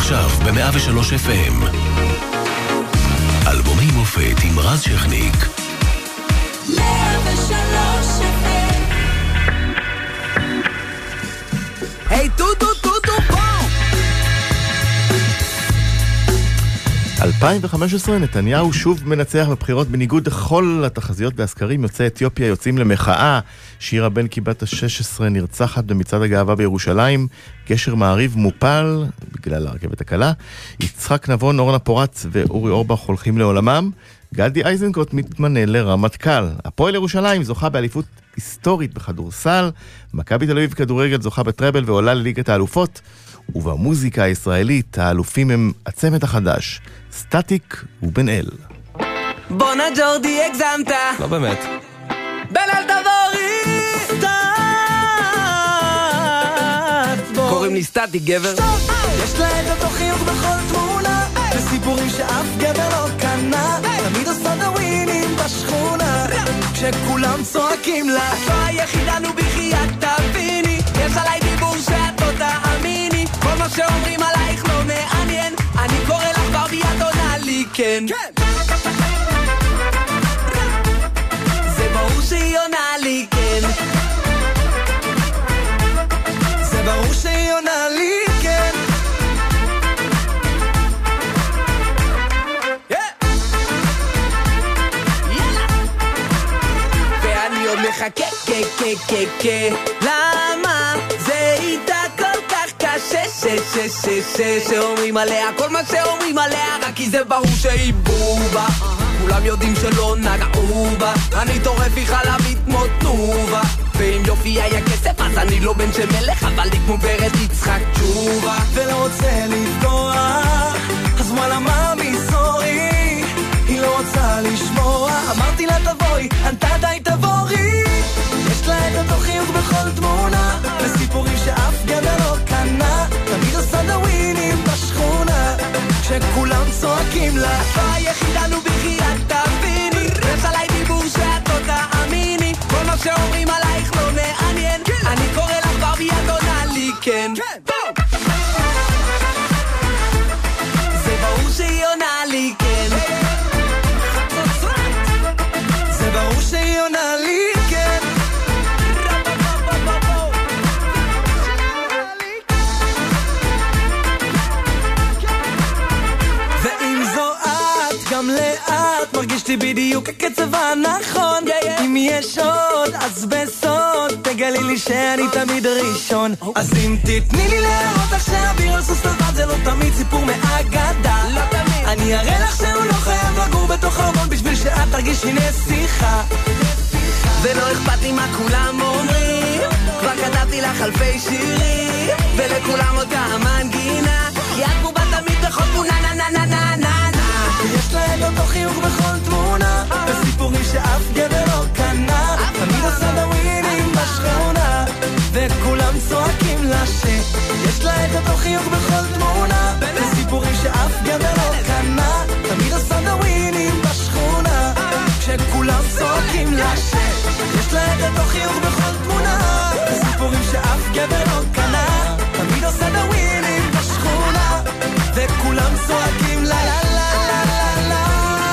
עכשיו ב-103 FM. אלבומי מופת עם רז שכניק. 103 FM. היי טוטו טוטו בום. 2015 נתניהו שוב מנצח בבחירות בניגוד לכל התחזיות והסקרים. יוצאי אתיופיה יוצאים למחאה. שירה בנקי בת ה-16 נרצחת במצעד הגאווה בירושלים. גשר מעריב מופל בגלל הרכבת הקלה. יצחק נבון, אורנה פורץ ואורי אורבך הולכים לעולמם. גדי איזנקוט מתמנה לרמטכ"ל. הפועל ירושלים זוכה באליפות היסטורית בכדורסל. מכבי תל אביב כדורגל זוכה בטראבל ועולה לליגת האלופות. ובמוזיקה הישראלית האלופים הם הצמד החדש, סטטיק ובן אל. בונה ג'ורדי הגזמת. לא באמת. בן אל דבורי. סטאט. קוראים לי סטטיק גבר. יש לה את אותו חיוך בכל תמונה, וסיפורים שאף גבר לא קנה. תמיד עושה דווינים בשכונה, כשכולם צועקים לה. את לא היחידה נו בחיית תביני, יש עליי דיבור שאת לא תאמיני. כל מה שאומרים עלייך לא מעניין, אני קורא לך ברבי את עונה לי כן. זה ברור שהיא עונה לי כן. זה ברור שהיא עונה לי כן. ואני עוד מחכה למה זה איתה כל כך קשה שאומרים עליה כל מה שאומרים עליה, רק כי זה ברור שהיא בובה. כולם יודעים שלא נגעו בה, אני טורף היא חלבית כמו תנובה. ואם יופי היה כסף אז אני לא בן של מלך, אבל לי כמו ברד יצחק תשובה. ולא רוצה לפתוח, אז וואלה מאמי סורי, היא לא רוצה לשמוע. אמרתי לה תבואי, ענתה די תבורי. יש לה את אותו חיוך בכל תמונה, וסיפורים שאף גבר לא קנה. תמיד עושה דווינים בשכונה, כשכולם צועקים לה. את לא היחידה נו בחיית תביני, יש עליי דיבור שאת לא תאמיני. כל מה שאומרים עלייך לא מעניין, אני קורא לך ברבי את עונה לי כן. זה ברור שהיא עונה לי כן. זה ברור שהיא עונה לי כן. ואם זו את גם לאט מרגיש לי בדיוק הקצב הנכון. אם יש עוד אז בסוד תגלי לי שאני תמיד ראשון. אז אם תתני לי להראות לך שהאוויר על סוס לבד זה לא תמיד סיפור מאגדה. אני אראה לך שהוא לא חייב לגור בתוך ארמון בשביל שאת תרגישי נסיכה. ולא אכפת לי מה כולם אומרים, כבר כתבתי לך אלפי שירים, ולכולם אותה המנגינה, כי את בובה תמיד בכל תמונה נה נה נה נה נה נה. יש לה את אותו חיוך בכל תמונה, וסיפורים שאף גבר לא קנה. תמיד עושה דווינים בשכונה, וכולם צועקים לה שיש לה את אותו חיוך בכל תמונה, וסיפורים שאף גבר לא קנה. תמיד עושה דווינים בשכונה, כשכולם צועקים לה שיש לה את אותו חיוך בכל תמונה, וסיפורים שאף גבר לא קנה. תמיד עושה דווינים בשכונה, וכולם צועקים לה לה לה לה לה.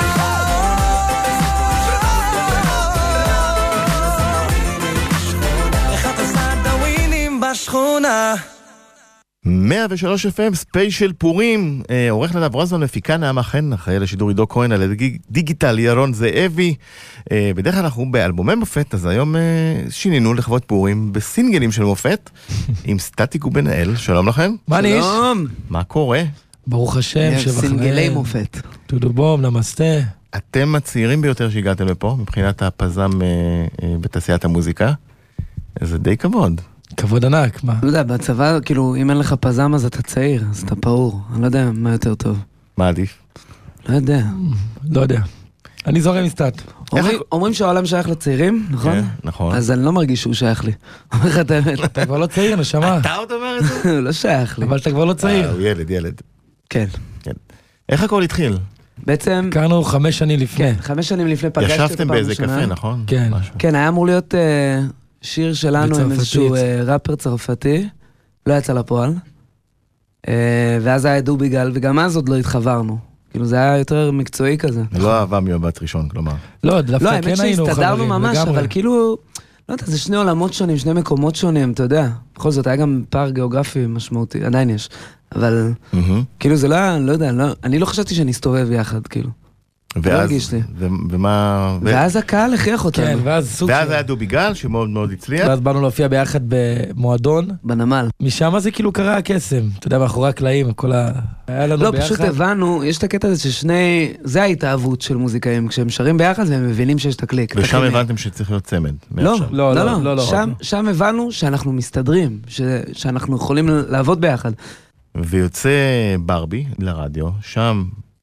איך את עושה דווינים בשכונה. 103 FM ספיישל פורים. עורך נדב רוזמן, מפיקה נעמה חן, אחראי לשידור עידו כהן, על הדיגיטל ירון זאבי. בדרך כלל אנחנו באלבומי מופת, אז היום שינינו לכבוד פורים בסינגלים של מופת עם סטטיק ובן אל. שלום לכם. מה ניש? מה קורה? ברוך השם, סינגלי מופת. תודו בום, נמסטה. אתם הצעירים ביותר שהגעתם לפה מבחינת הפזם בתעשיית המוזיקה. זה די כבוד. כבוד ענק, מה? לא יודע, בצבא, כאילו, אם אין לך פזם אז אתה צעיר, אז אתה פעור. אני לא יודע מה יותר טוב. מה עדיף? לא יודע. לא יודע. אני זורם מסטאט. אומרים שהעולם שייך לצעירים, נכון? כן, נכון. אז אני לא מרגיש שהוא שייך לי. אומר לך את האמת. אתה כבר לא צעיר, נשמה. אתה עוד אומר את זה? הוא לא שייך לי. אבל אתה כבר לא צעיר. הוא ילד. כן. איך הכל התחיל? בעצם... הכרנו 5 שנים לפני. כן, 5 שנים לפני פגשתי אותו פעם ישבתם באיזה קפה, נכון? כן. כן, היה אמור להיות שיר שלנו עם איזשהו ראפר צרפתי, לא יצא לפועל. ואז היה דוביגל, וגם אז עוד לא התחברנו. כאילו זה היה יותר מקצועי כזה. לא אהבה מבט ראשון, כלומר. לא, דווקא כן היינו חברים. האמת שהסתדרנו ממש, אבל כאילו, לא יודע, זה שני עולמות שונים, שני מקומות שונים, אתה יודע. בכל זאת, היה גם פער גיאוגרפי משמעותי, עדיין יש. אבל, כאילו זה לא היה, לא יודע, אני לא חשבתי שנסתובב יחד, כאילו. ואז, ומה... ואז הקהל הכריח אותנו. כן, ואז היה דוביגל שמאוד מאוד הצליח. ואז באנו להופיע ביחד במועדון. בנמל. משם זה כאילו קרה הקסם. אתה יודע, מאחורי הקלעים, כל ה... היה לנו לא, ביחד. פשוט הבנו, יש את הקטע הזה ששני... זה ההתאהבות של מוזיקאים. כשהם שרים ביחד, והם מבינים שיש את הקליק. ושם הבנתם שצריך להיות צמד. לא. שם הבנו שאנחנו מסתדרים, שאנחנו יכולים לעבוד ביחד. ויוצא ברבי לרדיו, שם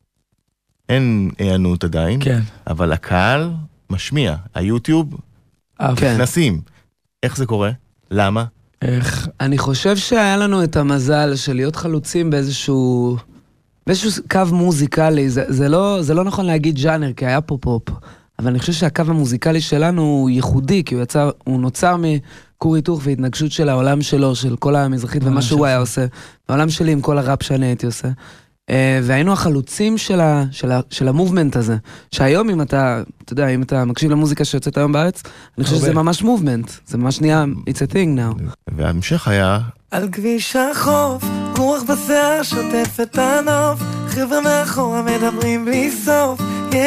אין הענות עדיין, כן. אבל הקהל משמיע, היוטיוב נכנסים. איך זה קורה? למה? איך? אני חושב שהיה לנו את המזל של להיות חלוצים באיזשהו קו מוזיקלי, זה לא נכון להגיד ז'אנר, כי היה פופ, אבל אני חושב שהקו המוזיקלי שלנו הוא ייחודי, כי הוא נוצר מכור היתוך והתנגשות של העולם שלו, של כל המזרחית ומה שהוא היה עושה, העולם שלי עם כל הראפ שאני הייתי עושה. והיינו החלוצים של המובמנט הזה, שהיום אם אתה יודע, אם אתה מקשיב למוזיקה שיוצאת היום בארץ, אני חושב שזה ממש מובמנט, זה ממש נהיה, it's a thing now. וההמשך היה... על כביש החוף, רוח בשיער שוטף את הנוף, חבר'ה מאחורה מדברים בלי סוף,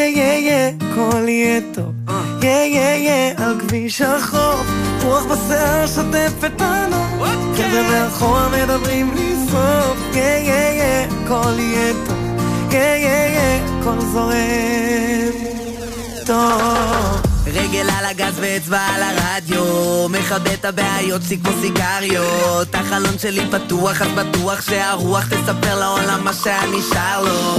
כל יהיה טוב, על כביש החוף, רוח בשיער שוטף את הנוף, חבר'ה מאחורה מדברים בלי סוף, כל יהיה טוב, כל זורם טוב. רגל על הגז ואצבע על הרדיו, מכבה את הבעיות שלי כמו סיגריות, החלון שלי פתוח אז בטוח שהרוח תספר לעולם מה שנשאר לו.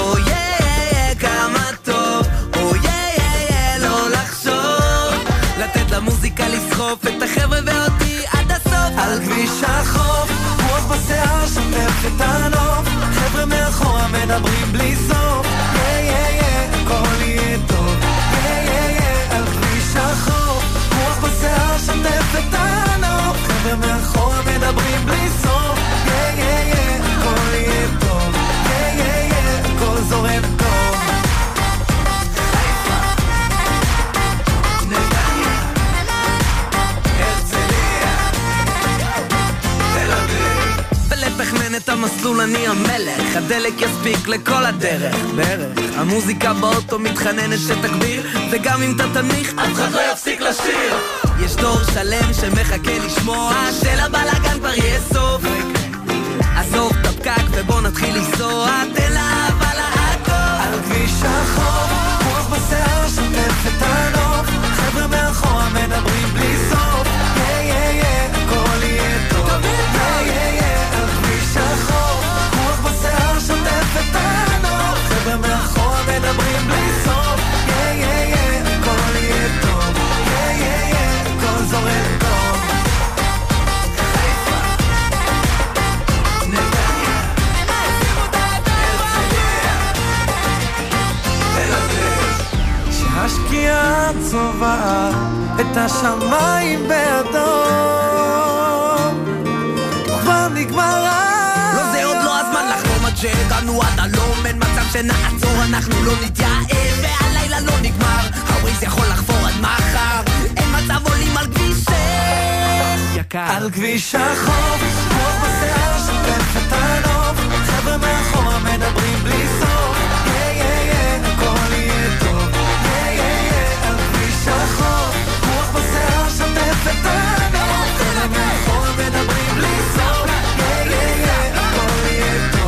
כמה טוב, לא לחשוב, לתת למוזיקה לסחוף את החבר'ה ואותי עד הסוף. על כביש החוף, רוח בשיער שוטף את הנוף, חבר'ה מאחורה מדברים בלי סוף, הכל יהיה טוב, על כביש החוף, רוח בשיער שוטף את הנוף, חבר'ה מאחורה מדברים בלי סוף, הכל יהיה טוב, הכל זורם טוב. לתכנן את המסלול אני המלך, הדלק יספיק לכל הדרך בערך, המוזיקה באוטו מתחננת שתגביר, וגם אם אתה תנמיך אף אחד לא יפסיק לשיר. יש דור שלם שמחכה לשמוע שלבלגן כבר יהיה סוף, עזוב את הפקק ובוא נתחיל לנסוע, תן לאהבה להכל. על כביש החוף, רוח בשיער שוטף את הנוף, חבר'ה מאחורה מדברים בלי סוף, הכל יהיה טוב, רוח בשיער שוטף את הנוף, חבר'ה מאחורה מדברים בלי סוף, הכל יהיה טוב, הכל זורם טוב. נתניה, הרצליה, תל אביב, שהשקיעה צובעת את השמיים באדום, כבר נגמר שהגענו עד הלום, אין מצב שנעצור, אנחנו לא נתייאש, והלילה לא נגמר, הווייז יכול לחפור עד מחר, אין מצב עולים על כביש 6 יקר. על כביש החוף, רוח בשיער שוטף את הנוף, חבר'ה מאחורה מדברים בלי סוף, הכל יהיה טוב, על כביש החוף, רוח בשיער שוטף את הנוף, חבר'ה מאחורה מדברים בלי סוף, הכל יהיה טוב.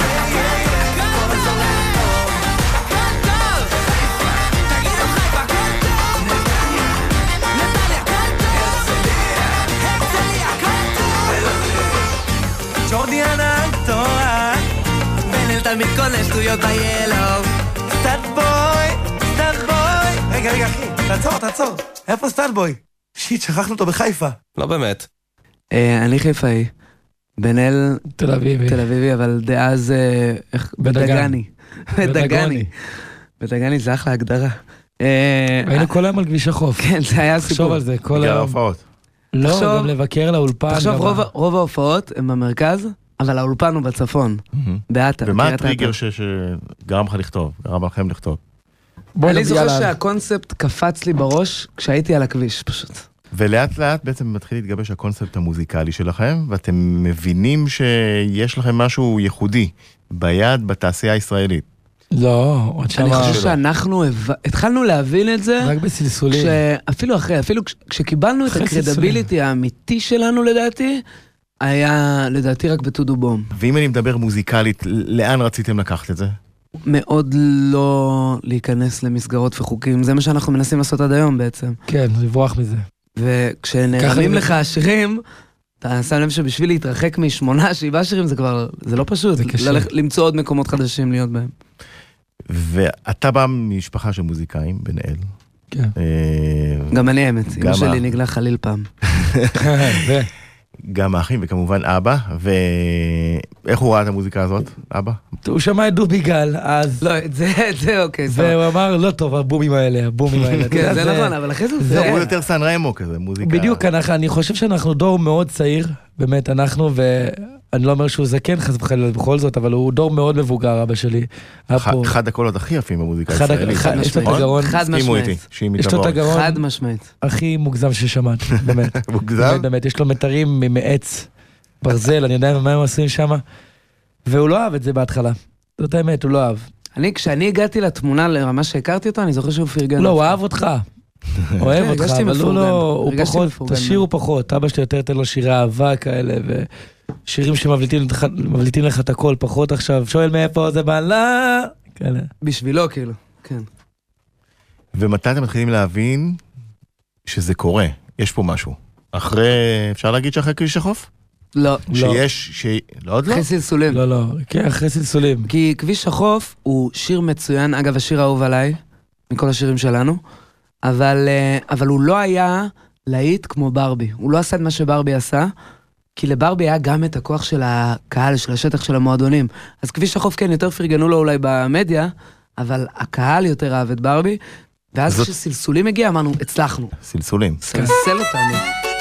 ג'ורדי ענק תורה בן תלמיד קונה שטויות ביילוב, סטאט בוי. רגע אחי, תעצור, איפה סטאט בוי? שיט, שכחנו אותו בחיפה. לא באמת. אני חיפאי, בן אל תל אביבי, אבל דאז בדגני. בדגני זה אחלה הגדרה. היינו כל היום על כביש החוף. כן, זה היה סיפור. תחשוב על זה, כל בגלל היום. ההופעות. לא, גם לבקר לאולפן. תחשוב, רוב ההופעות הם במרכז, אבל האולפן הוא בצפון, באתה. ומה הטריגר שגרם לך לכתוב, גרם לכם לכתוב? אני זוכר שהקונספט קפץ לי בראש כשהייתי על הכביש פשוט. ולאט לאט בעצם מתחיל להתגבש הקונספט המוזיקלי שלכם, ואתם מבינים שיש לכם משהו ייחודי ביד בתעשייה הישראלית. לא, עוד שמה... אני חושב שאנחנו התחלנו להבין את זה, רק בסלסולים. אפילו כשקיבלנו את הקרדיביליטי האמיתי שלנו לדעתי, היה לדעתי רק בטודו בום. ואם אני מדבר מוזיקלית, לאן רציתם לקחת את זה? מאוד לא להיכנס למסגרות וחוקים, זה מה שאנחנו מנסים לעשות עד היום בעצם. כן, לברוח מזה. וכשנרמים לך השירים, אתה שם לב שבשביל להתרחק מ8-7 שירים זה כבר, זה לא פשוט, למצוא עוד מקומות חדשים להיות בהם. ואתה בא ממשפחה של מוזיקאים, בן אל. כן. גם אני האמת, אמא שלי נגלה חליל פעם. גם האחים וכמובן אבא, ואיך הוא ראה את המוזיקה הזאת, אבא? הוא שמע את דובי גל, אז... לא, זה אוקיי. והוא אמר, לא טוב, הבומים האלה. כן, זה נכון, אבל אחרי זה... הוא יותר סן רמו כזה, מוזיקה... בדיוק, אני חושב שאנחנו דור מאוד צעיר, באמת, אנחנו, ואני לא אומר שהוא זקן, חס וחלילה בכל זאת, אבל הוא דור מאוד מבוגר, אבא שלי. אחד הקולות הכי יפים במוזיקה הישראלית. יש לו את הגרון... חד משמעית. יש לו את הגרון... חד משמעית. הכי מוגזם ששמעת, באמת. מוגזם? באמת, יש לו מטרים מעץ, ברזל, אני יודע מה הם עושים שם, והוא לא אהב את זה בהתחלה. זאת האמת, הוא לא אהב. כשאני הגעתי לתמונה לרמה שהכרתי אותו, אני זוכר שהוא פרגן. לא, הוא אהב אותך. אוהב אותך, אבל הוא לא, הוא פחות, תשאיר הוא פחות, אבא שלי יותר תן לו שירי אהבה כאלה, ושירים שמבליטים לך את הכל פחות עכשיו, שואל מאיפה זה בעלה, כאלה. בשבילו כאילו, כן. ומתי אתם מתחילים להבין שזה קורה, יש פה משהו? אחרי, אפשר להגיד שאחרי כביש החוף? לא. שיש, לא עוד לא? אחרי סלסולים. לא, כן, אחרי סלסולים. כי כביש החוף הוא שיר מצוין, אגב השיר האהוב עליי, מכל השירים שלנו, אבל הוא לא היה להיט כמו ברבי. הוא לא עשה את מה שברבי עשה, כי לברבי היה גם את הכוח של הקהל, של השטח של המועדונים. אז כביש החוף כן, יותר פרגנו לו אולי במדיה, אבל הקהל יותר אהב את ברבי, ואז כשסלסולים הגיע, אמרנו, הצלחנו. סלסולים. סלסל אותנו.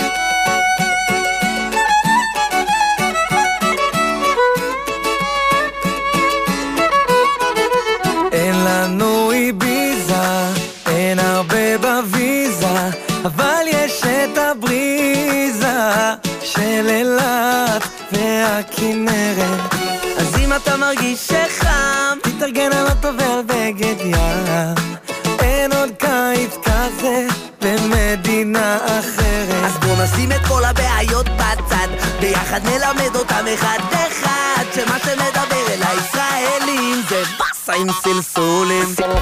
אין לנו איביזה, אין הרבה בוויזה, אבל יש את הבריזה של אילת והכנרת. אז אם אתה מרגיש שחם, תתארגן על אוטו ועל בגד ים, אין עוד קיץ כזה במדינה אחרת. אז בוא נשים את כל הבעיות בצד, ביחד נלמד אותם אחד אחד, שמה שמדבר אל הישראלים זה בסה עם סלסולים.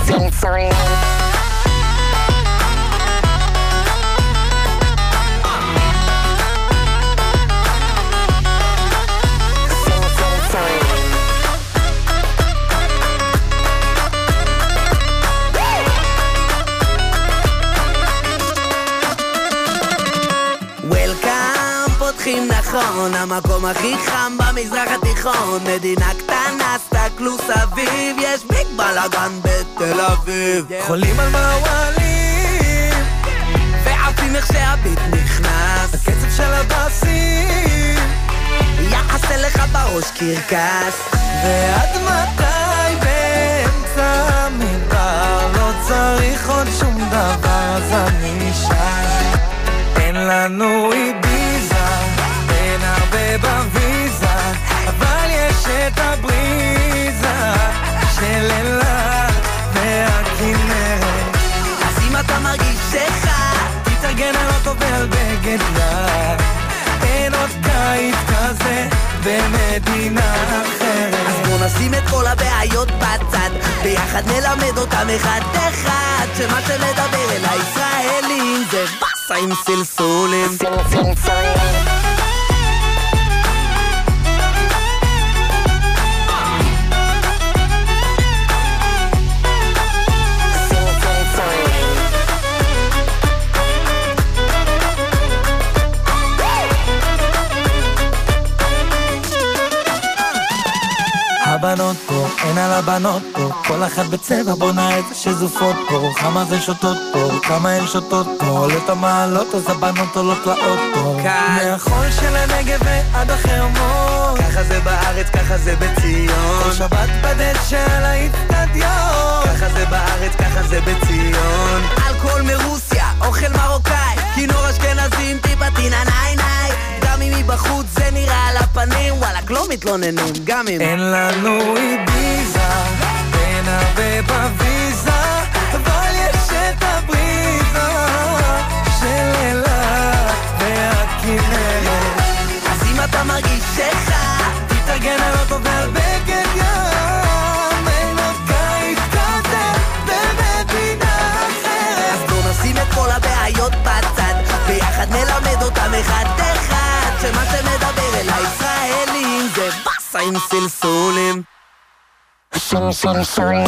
נכון, המקום הכי חם במזרח התיכון, מדינה קטנה, סתכלו סביב, יש ביג בלגן בתל אביב. חולים על מעולים ועפים איך שהביט נכנס, הקצב של הבאסים יעשה לך בראש קרקס. ועד מתי באמצע מדבר לא צריך עוד שום דבר, אז אני שם. אין לנו איביזה, אין הרבה בוויזה, אבל יש את הבריזה של אילת והכנרת. אז אם אתה מרגיש שחם, תתארגן על אוטו ועל בגד ים, אין עוד קיץ כזה במדינה אחרת. אז בוא נשים את כל הבעיות בצד, ביחד נלמד אותם אחד אחד, שמה שמדבר אל הישראלים זה בסה עם סלסולים. הבנות פה, אין על הבנות פה, כל אחת בצבע בונה איזה שזופות פה, כמה זה שותות פה, כמה הן שותות פה, עולות המעלות אז הבנות עולות לאוטו, מהחול של הנגב ועד החרמות, ככה זה בארץ, ככה זה בציון. כל שבת בדשא על האצטדיון. ככה זה בארץ, ככה זה בציון. אלכוהול מרוסיה, אוכל מרוקאי, כינור אשכנזים, טיפה טינה ניי ניי. גם אם מבחוץ זה נראה על הפנים, וואלק לא מתלוננים, גם אם אין לנו איביזה, אין הרבה בוויזה, אבל יש את הבריזה של אילת והכנרת. אז אם אתה מרגיש שכה, תתארגן על אוטו ועל בגד ים, אין עוד קיץ כזה במדינה אחרת. אז בוא נשים את כל הבעיות בצד, ביחד נלמד אותם אחד אחד, שמה שמדבר אל הישראלים זה בסה עם סלסולים. סלסולים.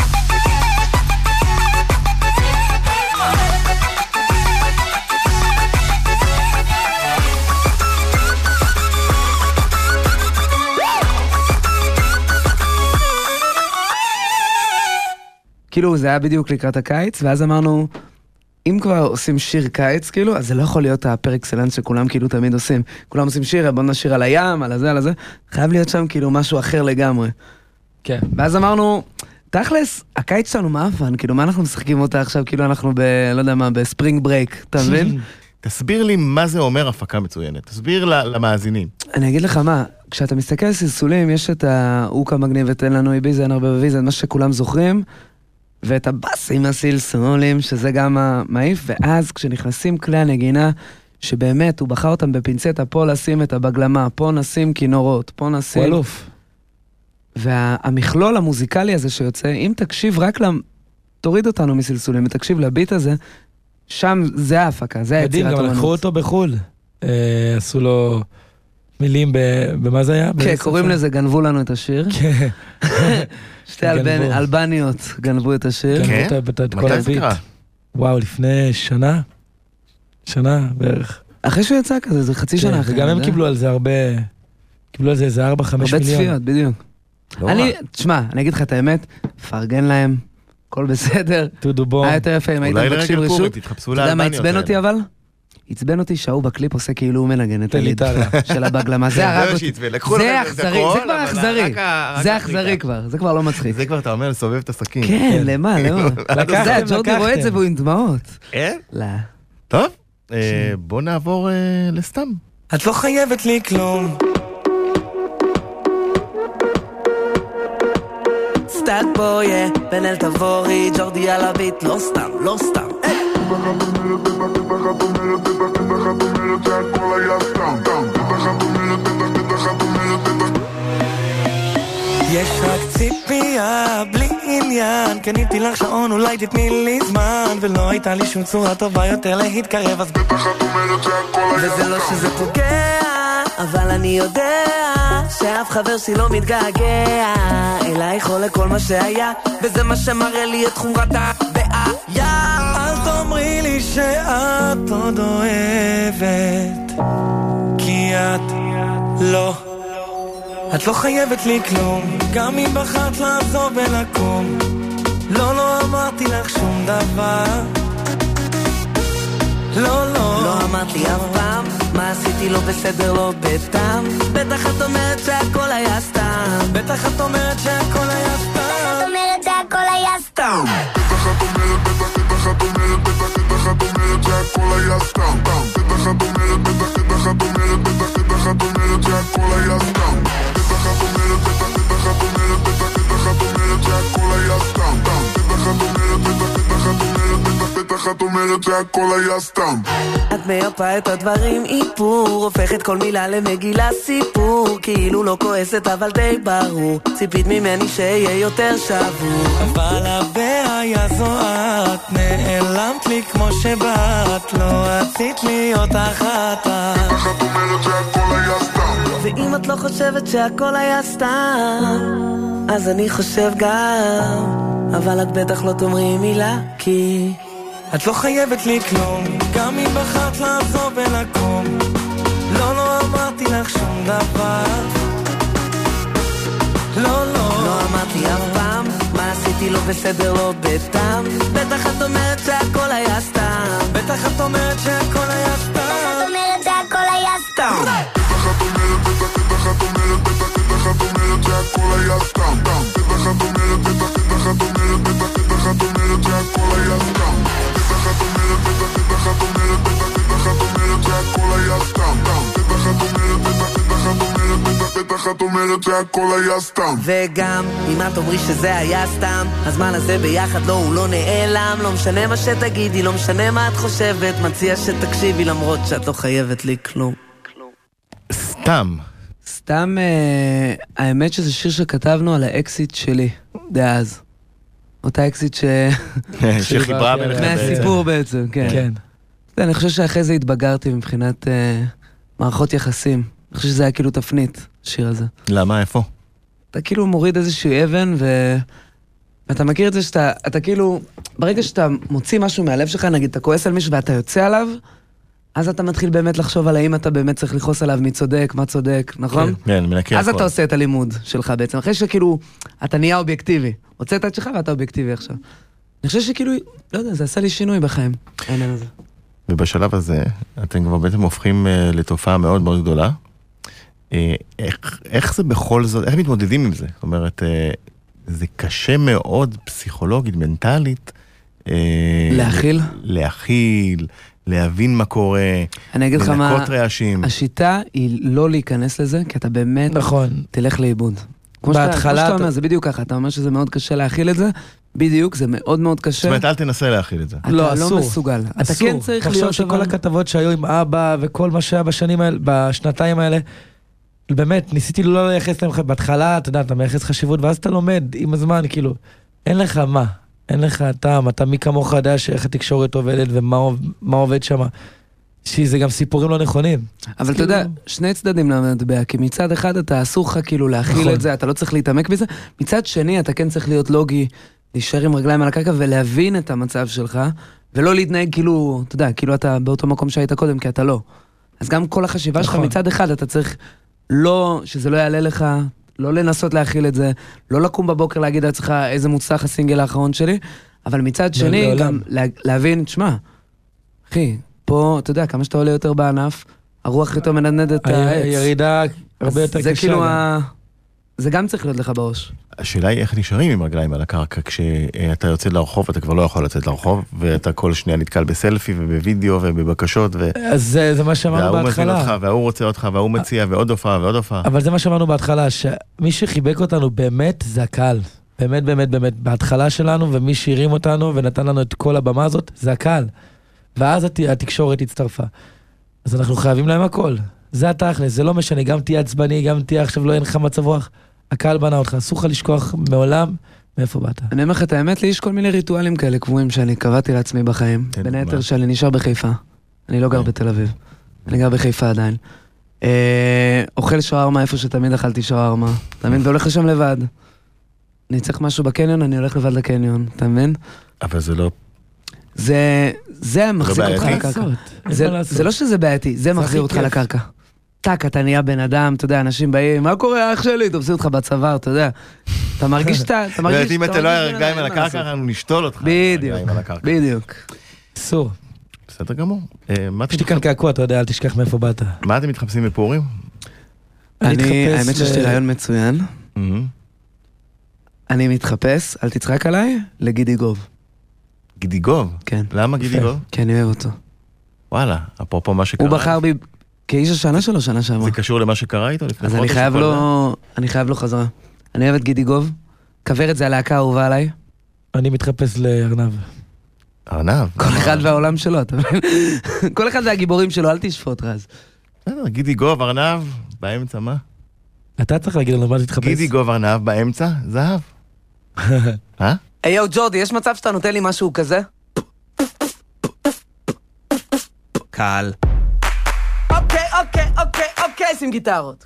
כאילו זה היה בדיוק לקראת הקיץ, ואז אמרנו, אם כבר עושים שיר קיץ, כאילו, אז זה לא יכול להיות הפר אקסלנס שכולם כאילו תמיד עושים. כולם עושים שיר, בוא נשיר על הים, על הזה, על הזה. חייב להיות שם כאילו משהו אחר לגמרי. כן. ואז אמרנו, תכלס, הקיץ שלנו מאפן, כאילו, מה אנחנו משחקים אותה עכשיו, כאילו אנחנו לא יודע מה, בספרינג ברייק, אתה מבין? תסביר לי מה זה אומר הפקה מצוינת. תסביר למאזינים. אני אגיד לך מה, כשאתה מסתכל על סלסולים, יש את האוקה מגניב, ותן לנו איביזה, אין הרבה בוויזה, מה שכולם זוכרים, ואת הבאס עם הסלסולים, שזה גם המעיף, ואז כשנכנסים כלי הנגינה, שבאמת הוא בחר אותם בפינצטה, פה לשים את הבגלמה, פה נשים כינורות, פה נשים... וואלוף. והמכלול המוזיקלי הזה שיוצא, אם תקשיב רק תוריד אותנו מסלסולים, ותקשיב לביט הזה, שם זה ההפקה, זה היצירת אומנות. מדהים, גם לקחו אותו בחול. עשו לו מילים במה זה היה? כן, קוראים לזה, גנבו לנו את השיר. כן. שתי אלבניות גנבו את השיר. כן? מתי זה קרה? וואו, לפני שנה בערך. אחרי שהוא יצא כזה, זה חצי שנה אחרי. וגם הם קיבלו על זה הרבה, קיבלו על זה איזה 4-5 מיליון. הרבה צפיות, בדיוק. תשמע, אני אגיד לך את האמת, פרגן להם, הכל בסדר. היה יותר יפה אם הייתם מבקשים רשות. אתה יודע מה עצבן אותי אבל? עצבן אותי שהאו בקליפ עושה כאילו הוא מנגן את הליטרה של הבגלמה. זה הרג אותי. זה אכזרי, זה כבר אכזרי. זה אכזרי כבר, זה כבר לא מצחיק. זה כבר אתה אומר לסובב את הסכין. כן, למה? לקחתם. ג'ורדי רואה את זה והוא עם דמעות. אין? לא. טוב, בוא נעבור לסתם. את לא חייבת לי כלום. סטאט בויה, בן אל תבורי, ג'ורדי על הביט, לא סתם, לא סתם. יש רק ציפייה, בלי עניין, קניתי לך שעון, אולי תתני לי זמן, ולא הייתה לי שום צורה טובה יותר להתקרב, אז בטח את אומרת שהכל היה וזה לא שזה פוגע, אבל אני יודע שאף חבר שלי לא מתגעגע אלייך או לכל מה שהיה, וזה מה שמראה לי את חומרת הבעיה. אל תאמרי לי שאת עוד אוהבת, כי את לא, את לא חייבת לי כלום, גם אם בחרת לעזוב ולקום. לא אמרתי לך שום דבר, לא אמרת לי אף פעם מה עשיתי לא בסדר, לא בטעם. בטח את אומרת שהכל היה סתם, בטח את אומרת שהכל היה סתם, את אומרת שהכל היה סתם. בטח את אומרת, בטח את אומרת, בטח את אומרת שהכל היה סתם, בטח את אומרת, בטח את אומרת, בטח את אומרת שהכל היה סתם, בטח את אומרת, בטח את אומרת, בטח את אומרת שהכל היה סתם, בטח את אומרת, בטח את אומרת, בטח את אומרת שהכל היה סתם. את מייפה את הדברים איפור, הופכת כל מילה למגילה סיפור, כאילו לא כועסת אבל די ברור, ציפית ממני שיהיה יותר שבור, אבל הבעיה זו את, נעלמת לי כמו שבאת, לא רצית להיות אחת. בטח את אומרת שהכל היה סתם, ואם את לא חושבת שהכל היה סתם, אז אני חושב גם, אבל את בטח לא תאמרי מילה, כי את לא חייבת לי כלום, גם אם בחרת לעזוב ולקום. לא אמרתי לך שום דבר, לא אמרתי אף פעם מה עשיתי לא בסדר, לא בטעם. בטח את אומרת שהכל היה סתם, בטח את אומרת שהכל היה סתם, בטח את אומרת שהכל היה סתם, בטח את אומרת, בטח את אומרת, את אומרת שהכל היה סתם. וגם אם את אומרי שזה היה סתם, הזמן הזה ביחד לא, הוא לא נעלם. לא משנה מה שתגידי, לא משנה מה את חושבת, מציע שתקשיבי למרות שאת לא חייבת לי כלום. סתם. סתם, האמת שזה שיר שכתבנו על האקסיט שלי, דאז. אותה אקסיט שחיברה ביניכם מהסיפור בעצם, כן. אני חושב שאחרי זה התבגרתי מבחינת מערכות יחסים. אני חושב שזה היה כאילו תפנית, השיר הזה. למה? איפה? אתה כאילו מוריד איזושהי אבן, ואתה מכיר את זה שאתה כאילו, ברגע שאתה מוציא משהו מהלב שלך, נגיד, אתה כועס על מישהו ואתה יוצא עליו, אז אתה מתחיל באמת לחשוב על האם אתה באמת צריך לכעוס עליו, מי צודק, מה צודק, נכון? כן, מנקה. אז אתה עושה את הלימוד שלך בעצם, אחרי שכאילו, אתה נהיה אובייקטיבי. הוצאת את שלך ואתה אובייקטיבי עכשיו. אני חושב שכאילו, לא יודע, זה עשה לי שינוי בחיים, העניין הזה. ובשלב הזה, אתם כבר בעצם הופכים לתופעה מאוד מאוד גדולה. איך זה בכל זאת, איך מתמודדים עם זה? זאת אומרת, זה קשה מאוד פסיכולוגית, מנטלית. להכיל, להבין מה קורה, אני אגיד לך מה, לנקות רעשים. השיטה היא לא להיכנס לזה, כי אתה באמת תלך לאיבוד. בהתחלה אתה אומר, זה בדיוק ככה, אתה אומר שזה מאוד קשה להכיל את זה, בדיוק, זה מאוד מאוד קשה. זאת אומרת, אל תנסה להכיל את זה. אתה לא מסוגל. אתה כן צריך להיות... תחשוב שכל הכתבות שהיו עם אבא, וכל מה שהיה בשנתיים האלה, באמת, ניסיתי לא לייחס להם בהתחלה, אתה יודע, אתה מייחס חשיבות, ואז אתה לומד עם הזמן, כאילו, אין לך מה, אין לך טעם, אתה מי כמוך יודע שאיך התקשורת עובדת, ומה עובד שם, שזה גם סיפורים לא נכונים. אבל אתה יודע, שני צדדים למטבע, כי מצד אחד אתה אסור לך כאילו להכיל את זה, אתה לא צריך להתעמק בזה, מצד שני אתה כן צריך להיות לוגי, להישאר עם רגליים על הקרקע ולהבין את המצב שלך, ולא להתנהג כאילו, אתה יודע, כאילו אתה באותו מקום שהיית קודם, כי אתה לא. אז גם כל החשיבה שלך מצד אחד, אתה צריך לא, שזה לא יעלה לך, לא לנסות להכיל את זה, לא לקום בבוקר להגיד לעצמך איזה מוצלח הסינגל האחרון שלי, אבל מצד שני גם להבין, תשמע, אחי, פה, אתה יודע, כמה שאתה עולה יותר בענף, הרוח יותר מנדנדת את העץ. הירידה הרבה יותר קשה. זה כאילו, זה גם צריך להיות לך בראש. השאלה היא איך נשארים עם רגליים על הקרקע, כשאתה יוצא לרחוב, אתה כבר לא יכול לצאת לרחוב, ואתה כל שנייה נתקל בסלפי ובווידאו ובבקשות. אז זה מה שאמרנו בהתחלה. והוא מזמין אותך, והוא רוצה אותך, והוא מציע, ועוד הופעה, ועוד הופעה. אבל זה מה שאמרנו בהתחלה, שמי שחיבק אותנו באמת זה הקהל. באמת, באמת, באמת. בהתחלה שלנו, ומי שהרים אותנו ונתן לנו את כל הבמה הזאת, זה הקהל. ואז התקשורת הצטרפה. אז אנחנו חייבים להם הכל. זה התכלס, זה לא משנה, גם תהיה עצבני, גם תהיה עכשיו לא אין לך מצב רוח. הקהל בנה אותך, אסור לך לשכוח מעולם מאיפה באת. אני אומר לך את האמת, לי יש כל מיני ריטואלים כאלה קבועים שאני קבעתי לעצמי בחיים. בין היתר שאני נשאר בחיפה. אני לא גר בתל אביב. אני גר בחיפה עדיין. אוכל שווארמה איפה שתמיד אכלתי שווארמה. אתה מבין? והולך לשם לבד. אני צריך משהו בקניון, אני הולך לבד לקניון. אתה מבין? אבל זה לא... זה מחזיק אותך לקרקע. זה לא שזה בעייתי, זה מחזיר אותך לקרקע. טק, אתה נהיה בן אדם, אתה יודע, אנשים באים, מה קורה אח שלי? תופסים אותך בצוואר, אתה יודע. אתה מרגיש שאתה... אם אתה לא הרגעים על הקרקע, אנחנו נשתול אותך. בדיוק. אסור. בסדר גמור. יש לי כאן קעקוע, אתה יודע, אל תשכח מאיפה באת. מה אתם מתחפשים בפורים? האמת שיש לי רעיון מצוין. אני מתחפש, אל תצחק עליי, לגידי גוב. גידי גוב? כן. למה גידי גוב? כי אני אוהב אותו. וואלה, אפרופו מה שקרה. הוא בחר בי כאיש השנה שלו, שנה שעברה. זה קשור למה שקרה איתו לפני חודש? אז אני חייב לו חזרה. אני אוהב את גידי גוב. קבר את זה הלהקה האהובה עליי. אני מתחפש לארנב. ארנב? כל אחד והעולם שלו, אתה מבין? כל אחד והגיבורים שלו, אל תשפוט רז. גידי גוב, ארנב, באמצע מה? אתה צריך להגיד לנו מה תתחפש. גידי גוב, ארנב, באמצע, זהב. היו ג'ורדי, יש מצב שאתה נותן לי משהו כזה? קל. אוקיי, שים גיטרות.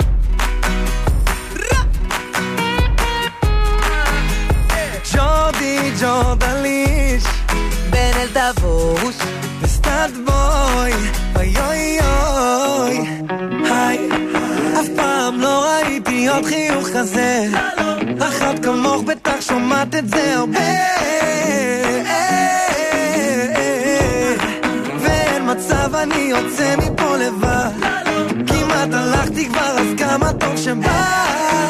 ג'ורדי, ג'ורדליש בן אל תבוש וסטאד בוי אוי אוי היי אף פעם לא ראיתי עוד חיוך כזה אחת כמוך בטח שומעת את זה הרבה ואין מצב אני יוצא מפה לבד כמעט הלכתי כבר אז כמה טוב שבא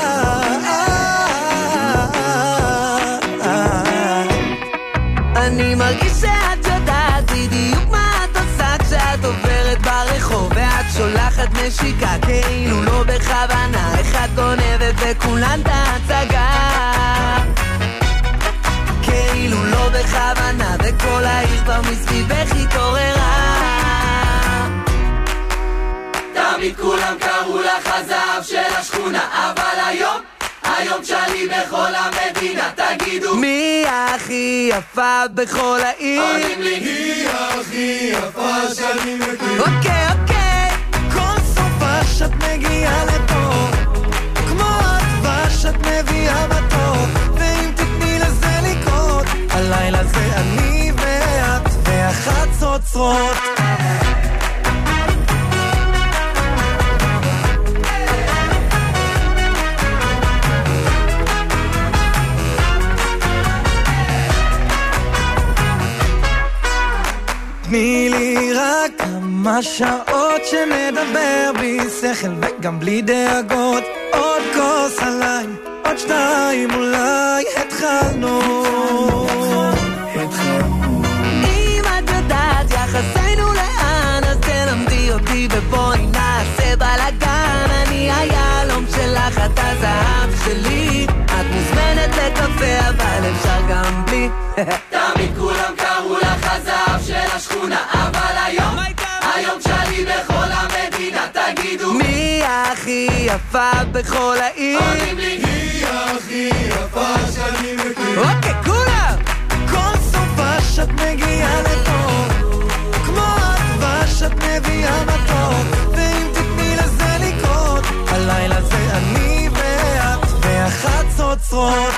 אני מרגיש שאת יודעת בדיוק מה את עושה כשאת עוברת ברחוב ואת שולחת נשיקה כאילו לא בכוונה, אחד גונבת וכולן את ההצגה, כאילו לא בכוונה, וכל העיר כבר מסביבך התעוררה. תמיד כולם קראו לך הזהב של השכונה, אבל היום שלי בכל המדינה, תגידו מי הכי יפה בכל העיר? עונים לי היא הכי יפה שאני מכיר. אוקיי, כל סופה שאת מגיעה לפה כמו הדבש שאת מביאה בתור, ואם תתני לזה לקרות, הלילה זה אני ואת והחצוצרות. תני לי רק כמה שעות שנדבר בלי שכל וגם בלי דאגות, עוד כוס עליי, עוד שתיים אולי התחלנו. אם את יודעת יחסנו לאן, אז תלמדי אותי ובואי נעשה בלגן. אני היעלום שלך, את הזהב שלי, את מוזמנת לקפה אבל אפשר גם בלי. תמיד כולם קראו לך הזהב של השכונה, אבל היום שלי בכל המדינה, תגידו מי הכי יפה בכל העיר? עונים לי היא הכי יפה שאני מכיר. אוקיי, כולם! כל סופה שאת מגיעה לפה כמו הדבש שאת מביאה בתור, ואם תתני לזה לקרות, הלילה זה אני ואת והחצוצרות.